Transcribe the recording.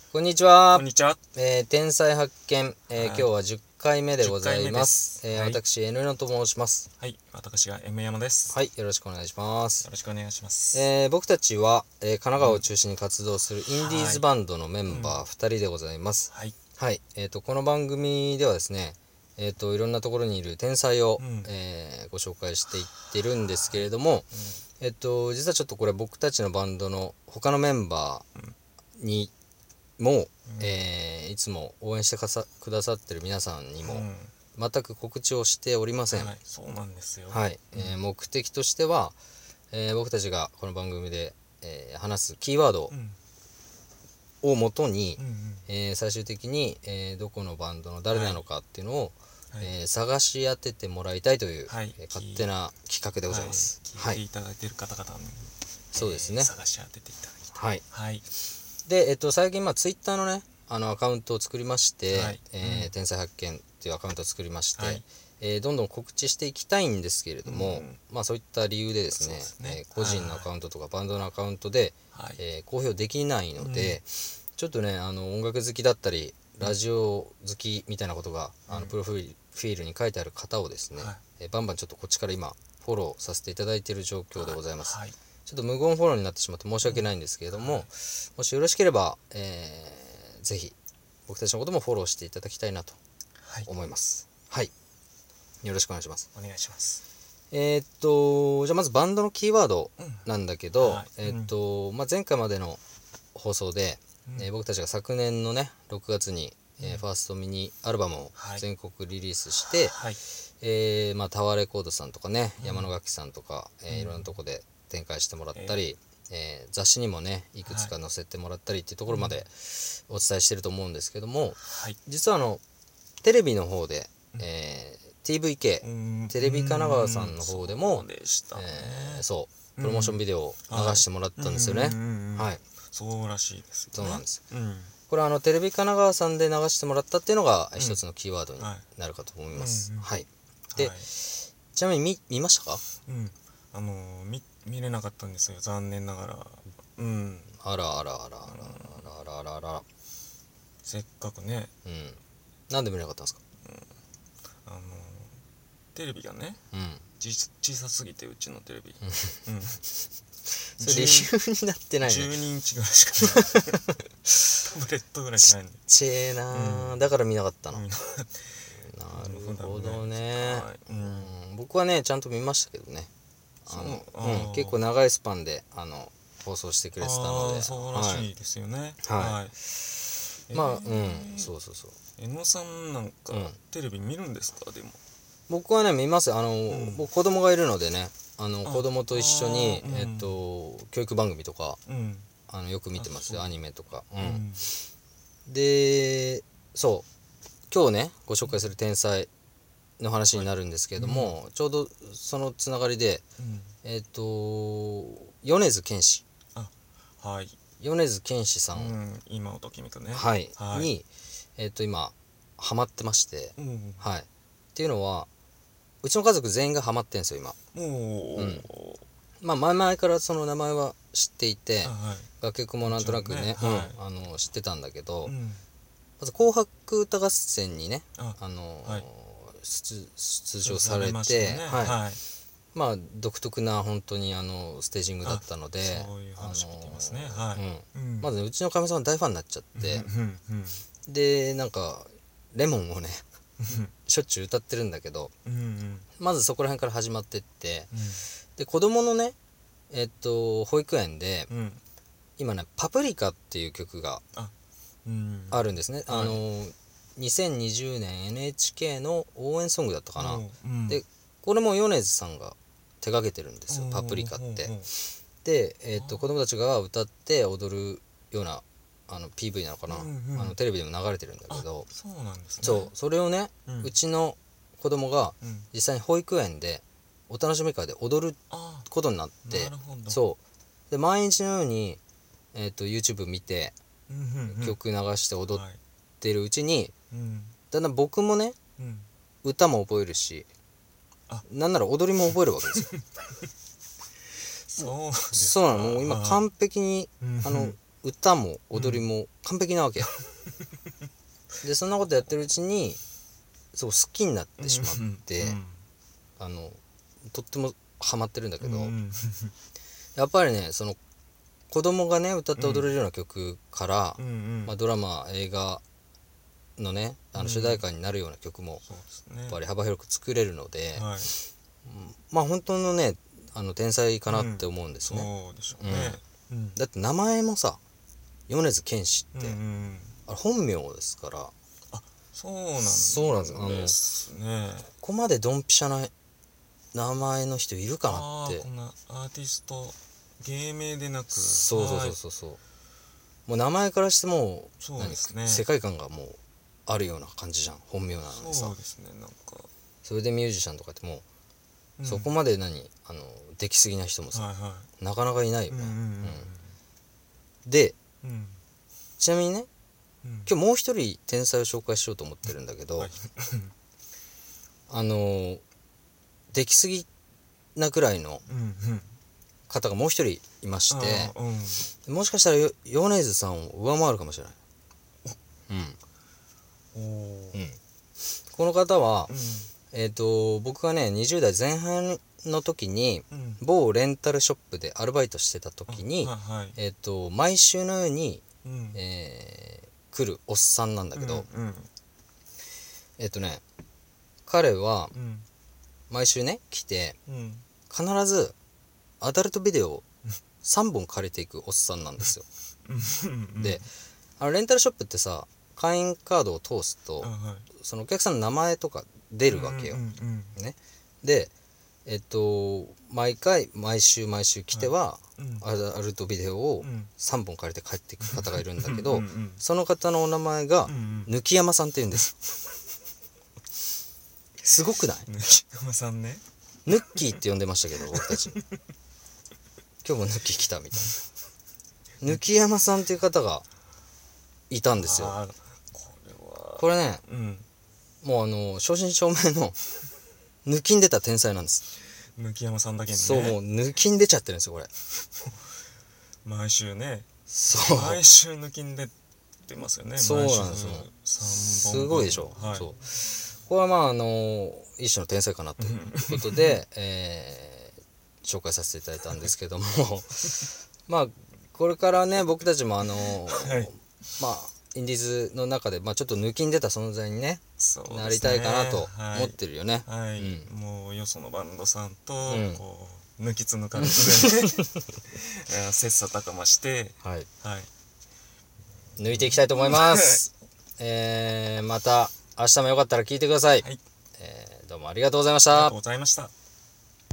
こんにちは。 こんにちは。 天才発見、 はい今日は10回目でございます。 10回目です私 N のと申します。 はい、私が M 山です。 はい、よろしくお願いします。 よろしくお願いします。 僕たちは、神奈川を中心に活動するインディーズバンドのメンバー2人でございます。 はい。 はい、この番組ではですね、いろんなところにいる天才を、ご紹介していってるんですけれども、実はちょっとこれ僕たちのバンドの他のメンバーにも、いつも応援してくださってる皆さんにも全く告知をしておりません。 はい、そうなんですよ。 はい、目的としては、僕たちがこの番組で、話すキーワードをもとに、最終的に、どこのバンドの誰なのかっていうのを、探し当ててもらいたいという、勝手な企画でございます。 聞いていただいている方々に、 そうですね、 探し当てていただきたい。 はい。で、最近ツイッターのねアカウントを作りまして、天才発見っていうアカウントを作りまして、どんどん告知していきたいんですけれども、そういった理由でですね、個人のアカウントとかバンドのアカウントで、公表できないので、ちょっとね音楽好きだったりラジオ好きみたいなことが、プロフィールに書いてある方をですね、バンバンちょっとこっちから今フォローさせていただいている状況でございます。ちょっと無言フォローになってしまって申し訳ないんですけれども、もしよろしければ、ぜひ僕たちのこともフォローしていただきたいなと思います。はい、よろしくお願いします。 お願いします。 じゃあまずバンドのキーワードなんだけど、前回までの放送で、僕たちが昨年のね6月に、ファーストミニアルバムを全国リリースして、タワーレコードさんとかね、山野楽器さんとか、いろんなとこで展開してもらったり、雑誌にもねいくつか載せてもらったりっていうところまでお伝えしてると思うんですけども、実はテレビの方で、TVK テレビ神奈川さんの方でもそうプロモーションビデオを流してもらったんですよね。はい、 そうらしいですよね。 そうなんです。これテレビ神奈川さんで流してもらったっていうのが一つのキーワードになるかと思います。はい。で、ちなみに見ましたか？ 見れなかったんですよ、残念ながら。 あらあらあらあらあらあら。 せっかくね。 なんで見れなかったんですか？ テレビがね、小さすぎて、うちのテレビ。 それ理由になってないね。 12インチぐらいしかない。タブレットぐらいしかないんで。 ちっちゃいな、だから見なかったの。なるほどね。僕はねちゃんと見ましたけどね。結構長いスパンで放送してくれてたので。 そうらしいですよね。 そうそうそう。 江野さんなんかテレビ見るんですか？でも僕はね見ます。僕子供がいるのでね、子供と一緒に教育番組とかよく見てますよ、アニメとか。で、そう今日ねご紹介する天才の話になるんですけれども、ちょうどそのつながりで、米津玄師、米津玄師さん、 今をときめくね、 に今ハマってまして、っていうのはうちの家族全員がハマってんですよ今。前々からその名前は知っていて、楽曲もなんとなくね知ってたんだけど、まず「紅白歌合戦」にね出場されて、独特な本当にステージングだったので、まずねうちのかみさん大ファンになっちゃって、でなんか「レモン」をねしょっちゅう歌ってるんだけど、まずそこら辺から始まってって、で子供のね保育園で今ね「パプリカ」っていう曲があるんですね。2020年 NHK の応援ソングだったかな。でこれも米津さんが手掛けてるんですよ、パプリカって。で、子供たちが歌って踊るようなPV なのかな、テレビでも流れてるんだけど、それをね、うちの子供が実際に保育園でお楽しみ会で踊ることになって、で毎日のように、YouTube 見て曲流して踊ってるうちに、だんだん僕もね、歌も覚えるし、なんなら踊りも覚えるわけですよ。そうなの。もう今完璧に歌も踊りも完璧なわけよ、でそんなことやってるうちにそう好きになってしまって、とってもハマってるんだけど、やっぱりねその子供がね歌って踊れるような曲から、ドラマ映画のね主題歌になるような曲もやっぱり幅広く作れるので、まあ本当のね天才かなって思うんですね。 そうでしょうね。 だって名前もさ米津玄師って、あれ本名ですから。 そうなんですね。 ここまでドンピシャな名前の人いるかなって。 こんなアーティスト芸名でなく、 そうもう名前からしてもそうですね、 世界観がもうあるような感じじゃん、本名なのにさ。 そうですね、なんかそれでミュージシャンとかってもう、そこまでできすぎな人もさ、なかなかいないよね。で、ちなみにね、今日もう一人天才を紹介しようと思ってるんだけど、できすぎなくらいの方がもう一人いまして、もしかしたら米津さんを上回るかもしれない。この方は、僕がね20代前半の時に、某レンタルショップでアルバイトしてた時に、毎週のように、来るおっさんなんだけど、彼は毎週ね来て、必ずアダルトビデオを3本借りていくおっさんなんですよ。でレンタルショップってさ、会員カードを通すと、そのお客さんの名前とか出るわけよ、ね。で毎週来ては、アダルトビデオを3本借りて帰っていく方がいるんだけど、その方のお名前が貫山さんっていうんです。すごくない？ 貫山さんね。 ヌッキーって呼んでましたけど僕たち今日もヌッキー来たみたいな。貫山さんっていう方がいたんですよ。これね、もう正真正銘の抜きんでた天才なんです。 貫山さんだけにね。 そう、もう抜きんでちゃってるんですよこれ。 毎週ね。 そう。 毎週抜きんでってますよね。 そうなんですよ。すごいでしょ。そう。これはまあ一種の天才かなということで、紹介させていただいたんですけどもまあこれからね僕たちもまあインディーズの中で、ちょっと抜きんでた存在にねなりたいかなと思ってるよね。 もうよそのバンドさんとこう抜きつ抜かれつでね切磋琢磨して抜いていきたいと思います。また明日もよかったら聞いてください。どうもありがとうございました。 ありがとうございました。